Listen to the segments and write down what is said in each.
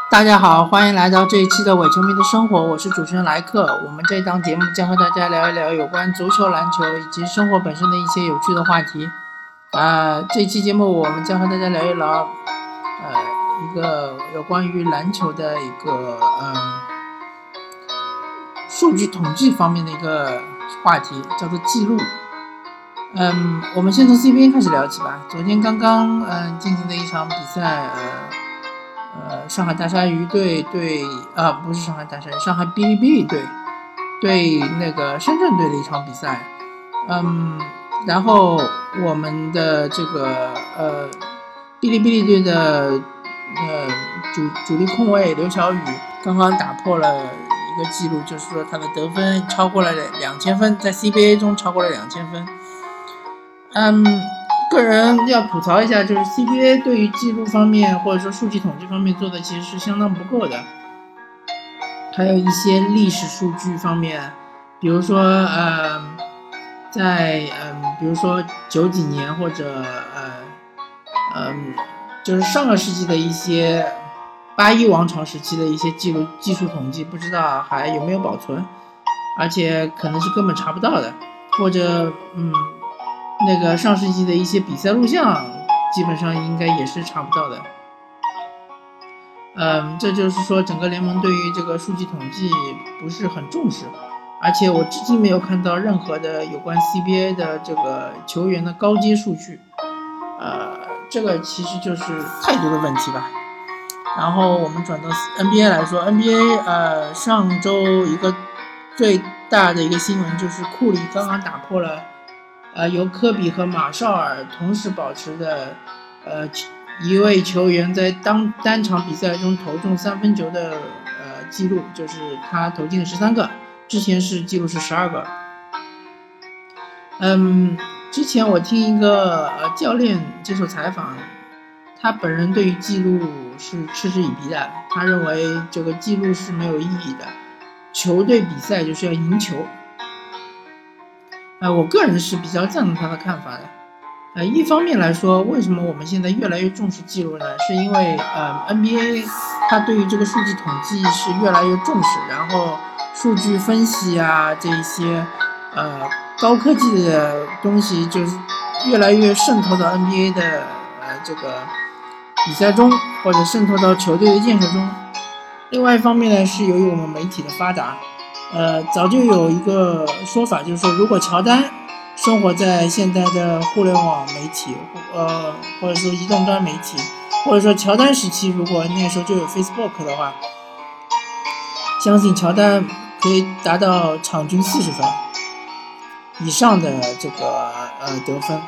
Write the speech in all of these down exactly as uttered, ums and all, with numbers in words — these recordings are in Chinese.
大家好，欢迎来到这一期的伪球迷的生活，我是主持人莱克。我们这档节目将和大家聊一聊有关足球、篮球以及生活本身的一些有趣的话题。呃，这期节目我们将和大家聊一聊，呃，一个有关于篮球的一个嗯数据统计方面的一个话题，叫做记录。嗯，我们先从 C B A 开始聊起吧。昨天刚刚嗯进行的一场比赛，呃。呃，上海大鲨鱼队对啊，不是上海大鲨鱼，上海哔哩哔哩队对那个深圳队的一场比赛。嗯，然后我们的这个呃哔哩哔哩队的呃主主力控卫刘晓宇刚刚打破了一个记录，就是说他的得分超过了两千分，在 C B A 中超过了两千分。嗯。个人要吐槽一下，就是 C B A 对于记录方面或者说数据统计方面做的其实是相当不够的，还有一些历史数据方面，比如说呃，在嗯、呃，比如说九几年或者呃嗯、呃，就是上个世纪的一些八一王朝时期的一些记录技术统计，不知道还有没有保存，而且可能是根本查不到的，或者嗯。那个上世纪的一些比赛录像基本上应该也是查不到的。嗯，这就是说整个联盟对于这个数据统计不是很重视，而且我至今没有看到任何的有关 C B A 的这个球员的高阶数据。呃，这个其实就是态度的问题吧。然后我们转到 N B A 来说 ，N B A 呃上周一个最大的一个新闻就是库里刚刚打破了呃，由科比和马绍尔同时保持的，呃，一位球员在当单场比赛中投中三分球的呃记录，就是他投进了十三个，之前是记录是十二个。嗯，之前我听一个呃教练接受采访，他本人对于记录是嗤之以鼻的，他认为这个记录是没有意义的，球队比赛就是要赢球。呃，我个人是比较赞同他的看法的。呃，一方面来说，为什么我们现在越来越重视记录呢？是因为呃 N B A 它对于这个数据统计是越来越重视，然后数据分析啊这一些呃高科技的东西就是越来越渗透到 N B A 的呃这个比赛中，或者渗透到球队的建设中。另外一方面呢，是由于我们媒体的发达。呃，早就有一个说法，就是说，如果乔丹生活在现在的互联网媒体，呃，或者说移动端媒体，或者说乔丹时期，如果那时候就有 Facebook 的话，相信乔丹可以达到场均四十分以上的这个呃得分，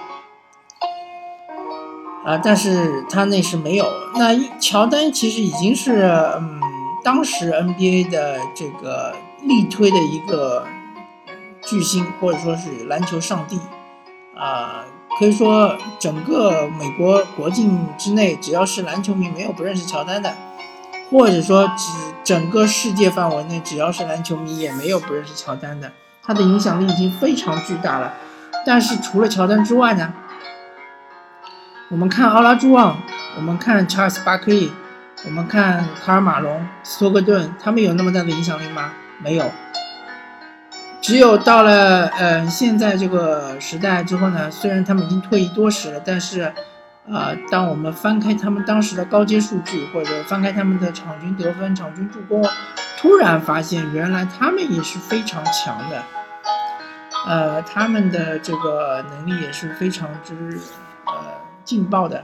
啊、呃，但是他那时没有。那乔丹其实已经是嗯，当时 N B A 的这个力推的一个巨星，或者说是篮球上帝啊、呃，可以说整个美国国境之内，只要是篮球迷，没有不认识乔丹的，或者说只整个世界范围内，只要是篮球迷，也没有不认识乔丹的。他的影响力已经非常巨大了。但是除了乔丹之外呢，我们看奥拉朱旺，我们看查尔斯巴克利，我们看卡尔马龙、斯托克顿，他们有那么大的影响力吗？没有。只有到了呃现在这个时代之后呢，虽然他们已经退役多时了，但是呃当我们翻开他们当时的高阶数据，或者翻开他们的场均得分、场均助攻，突然发现原来他们也是非常强的，呃他们的这个能力也是非常之呃劲爆的。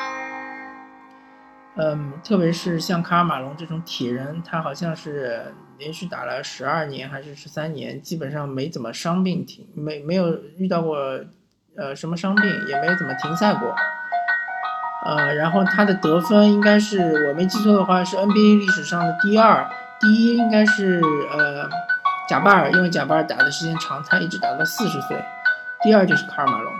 嗯，特别是像卡尔马龙这种铁人，他好像是连续打了十二年还是十三年，基本上没怎么伤病停，没没有遇到过呃什么伤病，也没有怎么停赛过。呃，然后他的得分应该是我没记错的话是 N B A 历史上的第二，第一应该是呃贾巴尔，因为贾巴尔打的时间长，他一直打到四十岁，第二就是卡尔马龙。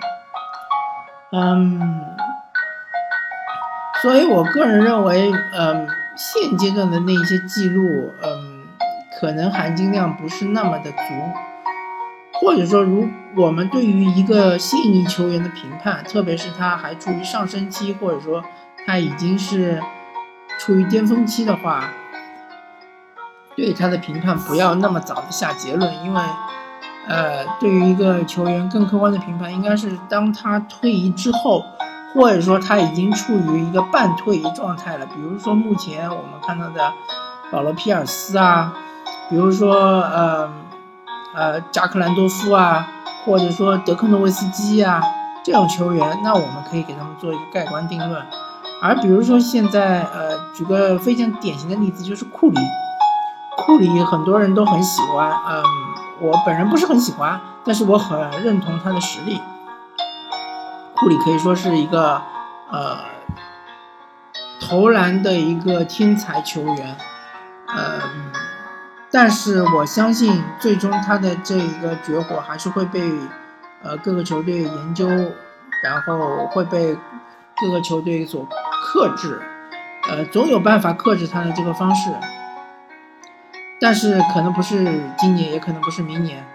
嗯。所以我个人认为，嗯，现阶段的那一些记录，嗯，可能含金量不是那么的足，或者说，如我们对于一个现役球员的评判，特别是他还处于上升期，或者说他已经是处于巅峰期的话，对他的评判不要那么早的下结论，因为呃，对于一个球员更客观的评判应该是当他退役之后，或者说他已经处于一个半退役状态了。比如说目前我们看到的保罗·皮尔斯啊，比如说呃呃扎克兰多夫啊，或者说德克诺维斯基啊这种球员，那我们可以给他们做一个盖棺定论。而比如说现在呃举个非常典型的例子，就是库里，库里很多人都很喜欢，嗯。我本人不是很喜欢，但是我很认同他的实力。库里可以说是一个呃投篮的一个天才球员，呃，但是我相信最终他的这一个绝活还是会被呃各个球队研究，然后会被各个球队所克制，呃，总有办法克制他的这个方式。但是可能不是今年，也可能不是明年。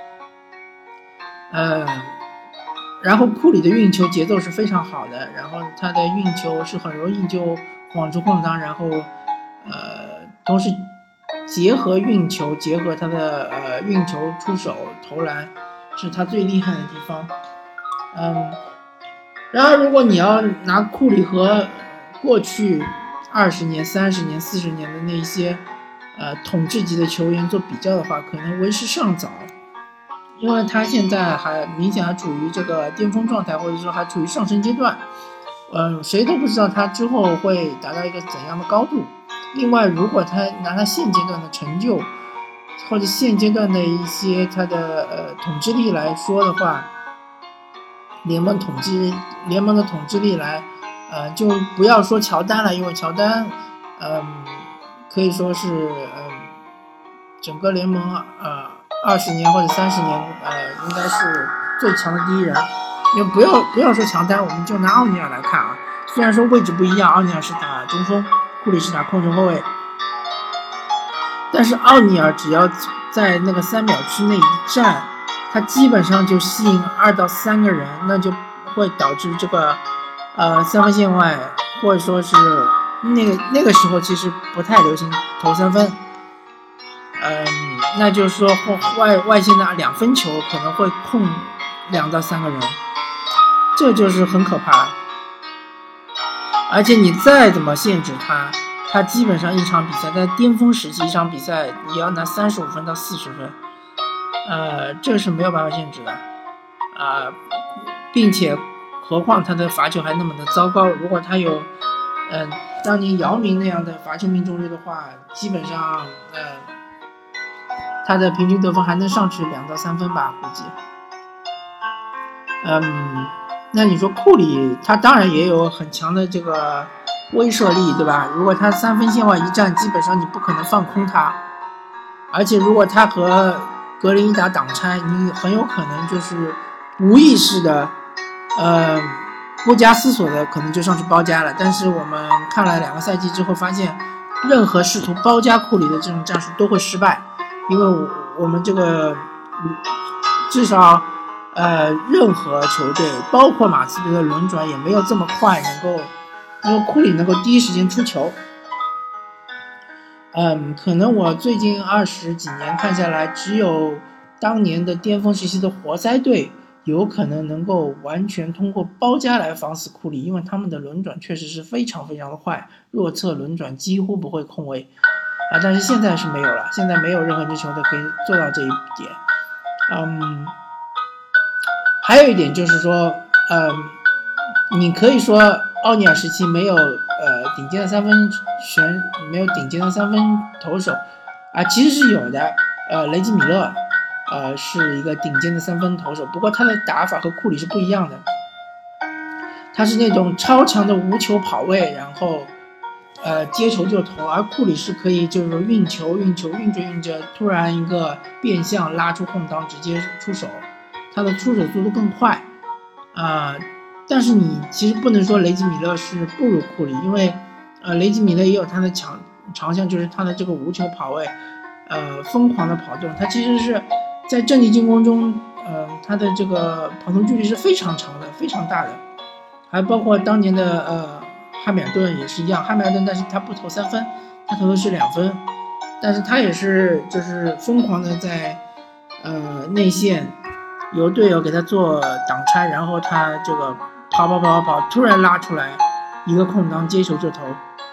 呃，然后库里的运球节奏是非常好的，然后他的运球是很容易就晃出空当，然后呃，同时结合运球，结合他的呃运球出手投篮，是他最厉害的地方。嗯，然而如果你要拿库里和过去二十年、三十年、四十年的那些呃，统治级的球员做比较的话，可能为时尚早，因为他现在还明显还处于这个巅峰状态，或者说还处于上升阶段。嗯，谁都不知道他之后会达到一个怎样的高度。另外，如果他拿他现阶段的成就，或者现阶段的一些他的呃统治力来说的话，联盟统治联盟的统治力来，呃，就不要说乔丹了，因为乔丹，嗯、呃。可以说是，嗯，整个联盟呃二十年或者三十年，呃，应该是最强的第一人。因为不要不要说乔丹，我们就拿奥尼尔来看啊。虽然说位置不一样，奥尼尔是打中锋，库里是打控球后卫，但是奥尼尔只要在那个三秒区内一站，他基本上就吸引二到三个人，那就会导致这个呃三分线外，或者说是。那个那个时候其实不太流行投三分，嗯，那就是说外外线的两分球可能会控两到三个人，这就是很可怕。而且你再怎么限制他，他基本上一场比赛在巅峰时期一场比赛也要拿三十五分到四十分，呃，这是没有办法限制的，啊、呃，并且何况他的罚球还那么的糟糕，如果他有，嗯、呃。当年姚明那样的罚球命中率的话，基本上，呃，他的平均得分还能上去两到三分吧，估计。嗯，那你说库里，他当然也有很强的这个威慑力，对吧？如果他三分线外一站，基本上你不可能放空他，而且如果他和格林一打挡拆，你很有可能就是无意识的，呃。不加思索的可能就上去包夹了，但是我们看了两个赛季之后发现，任何试图包夹库里的这种战术都会失败，因为我我们这个至少呃任何球队，包括马刺队的轮转也没有这么快能够，因为库里能够第一时间出球。嗯，可能我最近二十几年看下来，只有当年的巅峰时期的活塞队。有可能能够完全通过包夹来防死库里，因为他们的轮转确实是非常非常的快，弱侧轮转几乎不会空位啊。但是现在是没有了，现在没有任何一支球队可以做到这一点。嗯，还有一点就是说，嗯，你可以说奥尼尔时期没有呃顶尖的三分选，没有顶尖的三分投手啊，其实是有的，呃，雷吉米勒。呃，是一个顶尖的三分投手，不过他的打法和库里是不一样的。他是那种超强的无球跑位，然后呃接球就投，而库里是可以就是说运球运球运着运着，突然一个变向拉出空当直接出手，他的出手速度更快啊、呃。但是你其实不能说雷吉米勒是不如库里，因为呃雷吉米勒也有他的强长项，就是他的这个无球跑位，呃疯狂的跑动，他其实是。在阵地进攻中，呃，他的这个跑动距离是非常长的，非常大的，还包括当年的呃汉密尔顿也是一样，汉密尔顿但是他不投三分，他投的是两分，但是他也是就是疯狂的在呃内线由队友给他做挡拆，然后他这个跑跑跑跑跑，突然拉出来一个空当接球就投。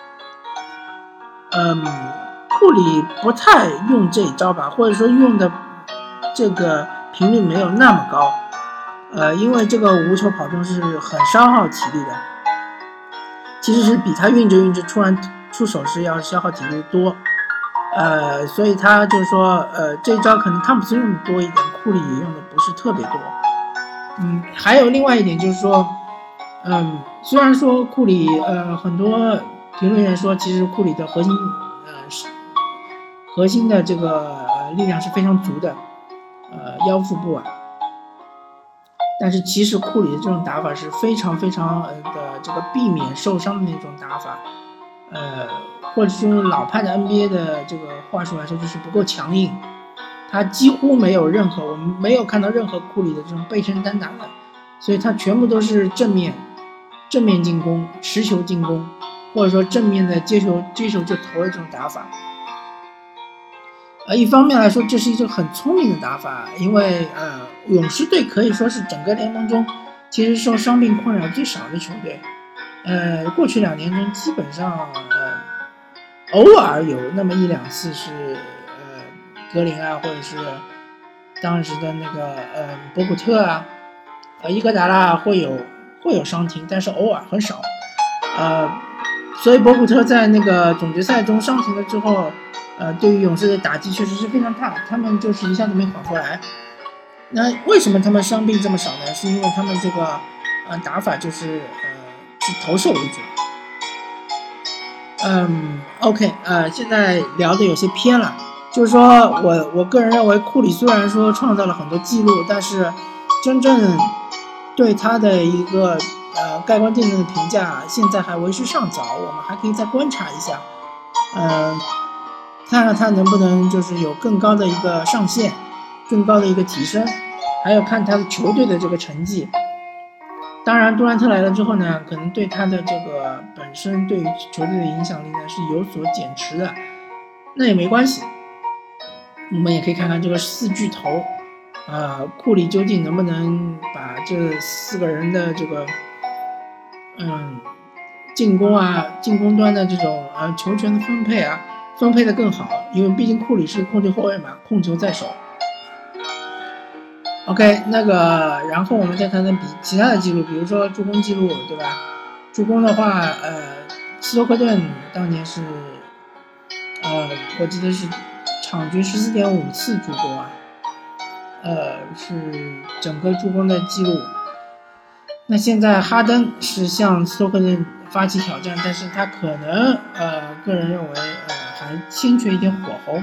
嗯，库里不太用这一招吧，或者说用的这个频率没有那么高，呃，因为这个无球跑动是很消耗体力的，其实是比他运着运着突然出手是要消耗体力多，呃，所以他就是说，呃，这一招可能汤普森用的多一点，库里也用的不是特别多。嗯，还有另外一点就是说，嗯，虽然说库里，呃，很多评论员说，其实库里的核心，呃，核心的这个、呃、力量是非常足的，呃，腰腹部啊。但是其实库里的这种打法是非常非常呃的这个避免受伤的那种打法，呃，或者是用老派的 N B A 的这个话说来说，就是不够强硬。他几乎没有任何，我们没有看到任何库里的这种背身单打的，所以他全部都是正面正面进攻、持球进攻，或者说正面的接球接球就投的这种打法。呃，一方面来说，这是一种很聪明的打法，因为呃，勇士队可以说是整个联盟中其实受伤病困扰最少的球队。呃，过去两年中，基本上呃，偶尔有那么一两次是呃格林啊，或者是当时的那个呃博古特啊，呃伊戈达拉会有会有伤停，但是偶尔很少。呃，所以博古特在那个总决赛中伤停了之后。呃，对于勇士的打击确实是非常大，他们就是一下子没缓过来。那为什么他们伤病这么少呢？是因为他们这个呃打法就是呃是投射为主。嗯 ，OK， 呃，现在聊的有些偏了，就是说我我个人认为库里虽然说创造了很多记录，但是真正对他的一个呃盖棺定论的评价现在还为时尚早，我们还可以再观察一下。嗯、呃。看看他能不能就是有更高的一个上限，更高的一个提升，还有看他的球队的这个成绩。当然，杜兰特来了之后呢，可能对他的这个本身对于球队的影响力呢是有所减持的，那也没关系。我们也可以看看这个四巨头，啊、呃，库里究竟能不能把这四个人的这个，嗯，进攻啊，进攻端的这种呃球权的分配啊。分配的更好，因为毕竟库里是控球后卫嘛，控球在手。OK， 那个，然后我们再谈谈比其他的记录，比如说助攻记录，对吧？助攻的话，呃，斯托克顿当年是，呃，我记得是场均十四点五次助攻啊，呃，是整个助攻的记录。那现在哈登是向斯托克顿发起挑战，但是他可能，呃，个人认为，呃。还欠缺一点火候，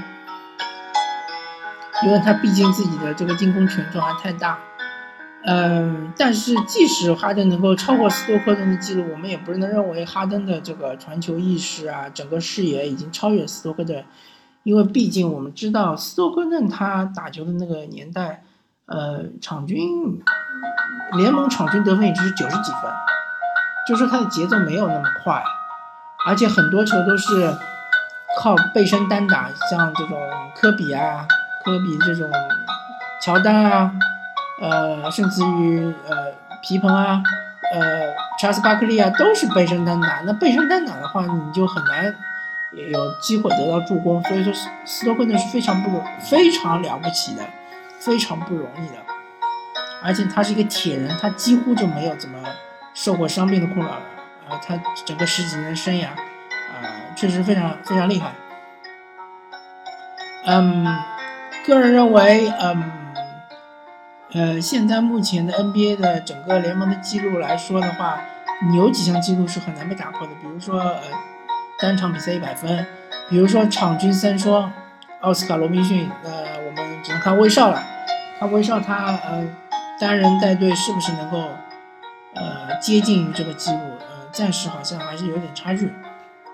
因为他毕竟自己的这个进攻权重还太大。嗯、呃，但是即使哈登能够超过斯托克顿的记录，我们也不能认为哈登的这个传球意识啊，整个视野已经超越斯托克顿，因为毕竟我们知道斯托克顿他打球的那个年代，呃，场均联盟场均得分也就是九十几分，就是说他的节奏没有那么快，而且很多球都是。靠背身单打，像这种科比啊、科比这种乔丹啊，呃，甚至于呃皮蓬啊、呃查尔斯巴克利啊，都是背身单打。那背身单打的话，你就很难有机会得到助攻。所以说，斯托克顿是非常不容、非常了不起的，非常不容易的。而且他是一个铁人，他几乎就没有怎么受过伤病的困扰了。呃，他整个十几年的生涯。确实非常非常厉害。嗯，个人认为，嗯，呃，现在目前的 N B A 的整个联盟的记录来说的话，你有几项记录是很难被打破的，比如说，呃，单场比赛一百分，比如说场均三双，奥斯卡罗宾逊，呃，我们只能看威少了，看威少他呃单人带队是不是能够呃接近于这个记录，呃，暂时好像还是有点差距。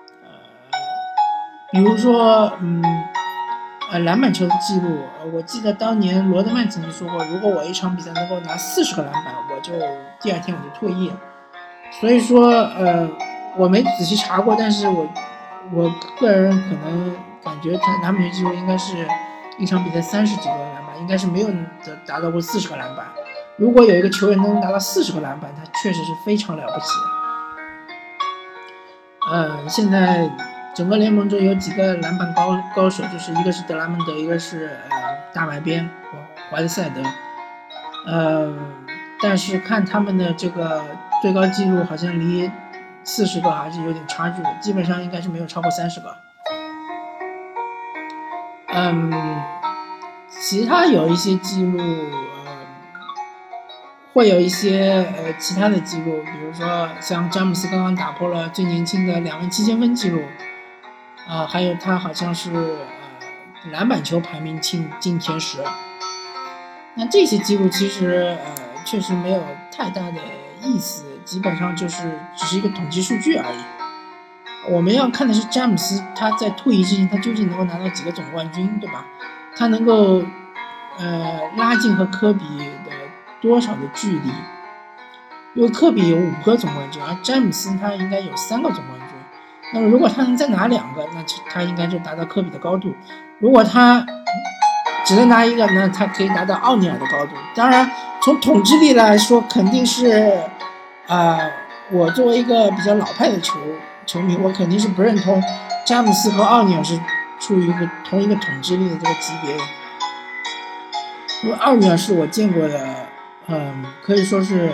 比如说，嗯，呃，篮板球的记录，呃，我记得当年罗德曼曾经说过，如果我一场比赛能够拿四十个篮板，我就第二天我就退役了。所以说，呃， 我没仔细查过，但是我我个人可能感觉他南美记录应该是一场比赛三十几个篮板，应该是没有达到过四十个篮板。如果有一个球员能达到四十个篮板，他确实是非常了不起的。呃，现在整个联盟中有几个篮板高高手，就是一个是德拉蒙德，一个是呃大白边怀特塞德。呃，但是看他们的这个最高纪录，好像离四十个还是有点差距的，基本上应该是没有超过三十个。嗯，其他有一些记录，呃，会有一些呃其他的记录，比如说像詹姆斯刚刚打破了最年轻的两万七千分记录，啊、呃，还有他好像是呃篮板球排名进进前十。那这些记录其实呃确实没有太大的意思，基本上就是只是一个统计数据而已。我们要看的是詹姆斯他在退役之前他究竟能够拿到几个总冠军，对吧？他能够呃拉近和科比的多少的距离？因为科比有五个总冠军，而詹姆斯他应该有三个总冠军。那么如果他能再拿两个，那他应该就达到科比的高度。如果他只能拿一个，那他可以达到奥尼尔的高度。当然，从统治力来说，肯定是啊、呃，我作为一个比较老派的球球迷，我肯定是不认同詹姆斯和奥尼尔是处于一个同一个统治力的这个级别。因为奥尼尔是我见过的，嗯，可以说是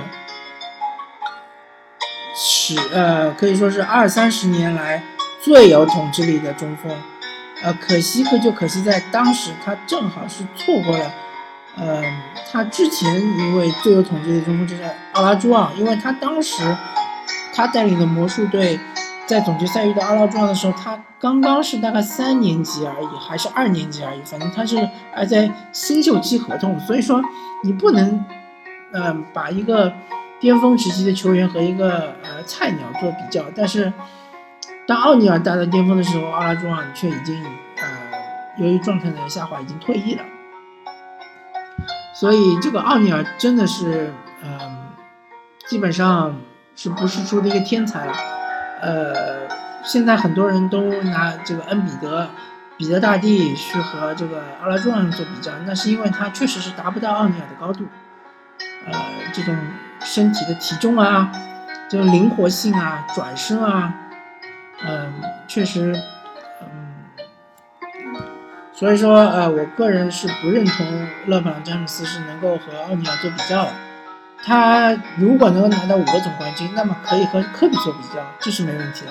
十呃，可以说是二三十年来最有统治力的中锋。呃，可惜可就可惜在当时他正好是错过了，呃，他之前一位最有统治力的中锋就是奥拉朱旺，因为他当时他带领的魔术队在总决赛遇到奥拉朱旺的时候，他刚刚是大概三年级而已，还是二年级而已，反正他是还在新秀期合同，所以说你不能，呃，把一个巅峰时期的球员和一个呃菜鸟做比较，但是当奥尼尔达到巅峰的时候，奥拉朱旺却已经呃由于状态的下滑已经退役了，所以这个奥尼尔真的是嗯、呃、基本上是不是出的一个天才了。呃，现在很多人都拿这个恩比德、彼得大帝去和这个奥拉朱旺做比较，那是因为他确实是达不到奥尼尔的高度。呃，这种身体的体重啊，这种灵活性啊，转身啊，嗯，确实，嗯，所以说，呃，我个人是不认同勒布朗詹姆斯是能够和奥尼尔做比较的。他如果能够拿到五个总冠军，那么可以和科比做比较，这是没问题的。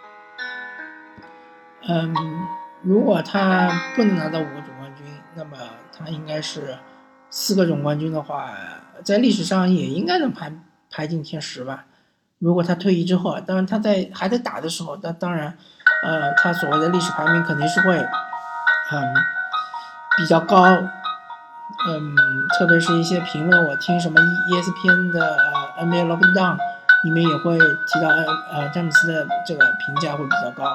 嗯，如果他不能拿到五个总冠军，那么他应该是四个总冠军的话，在历史上也应该能排排进前十吧。如果他退役之后，当然他在还在打的时候，那当然，呃，他所谓的历史排名肯定是会，嗯，比较高。嗯，特别是一些评论，我听什么 E S P N 的呃 N B A Lockdown 里面也会提到呃詹姆斯的这个评价会比较高。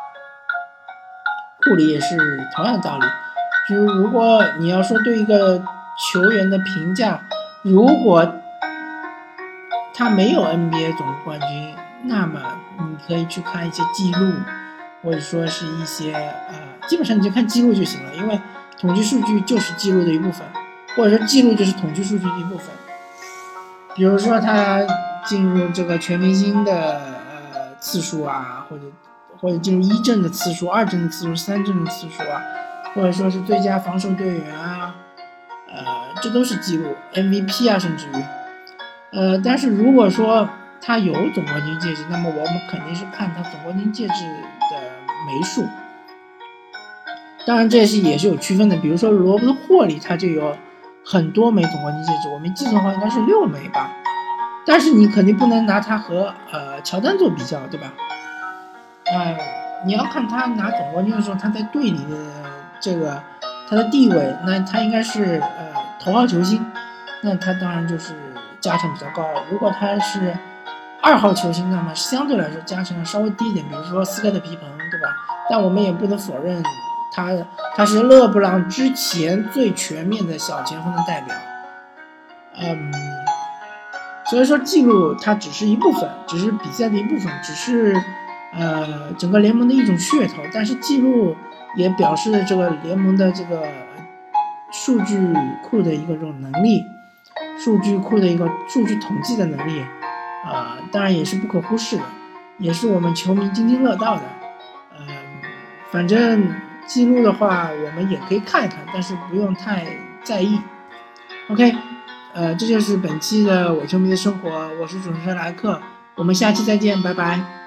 库里也是同样的道理，就是如果你要说对一个球员的评价，如果他没有 N B A 总冠军，那么你可以去看一些记录，或者说是一些呃，基本上你就看记录就行了，因为统计数据就是记录的一部分，或者说记录就是统计数据的一部分。比如说他进入这个全明星的呃次数啊，或者或者进入一阵的次数、二阵的次数、三阵的次数啊，或者说是最佳防守队员啊，呃，这都是记录 M V P 啊，甚至于，呃，但是如果说他有总冠军戒指，那么我们肯定是看他总冠军戒指的枚数。当然这是也是有区分的，比如说罗伯特霍利他就有很多枚总冠军戒指，我没记错的话应该是六枚吧，但是你肯定不能拿他和呃乔丹做比较，对吧？呃，你要看他拿总冠军的时候，他在队里的这个他的地位，那他应该是呃头号球星，那他当然就是加成比较高。如果他是二号球星，那么相对来说加成稍微低一点，比如说斯科特皮蓬，对吧？但我们也不能否认他他是勒布朗之前最全面的小前锋的代表。嗯， 所以说记录它只是一部分，只是比赛的一部分，只是呃整个联盟的一种噱头。但是记录也表示这个联盟的这个数据库的一个这种能力，数据库的一个数据统计的能力，啊、呃，当然也是不可忽视的，也是我们球迷津津乐道的。呃，反正记录的话，我们也可以看一看，但是不用太在意。OK， 呃，这就是本期的伪球迷的生活，我是主持人莱克，我们下期再见，拜拜。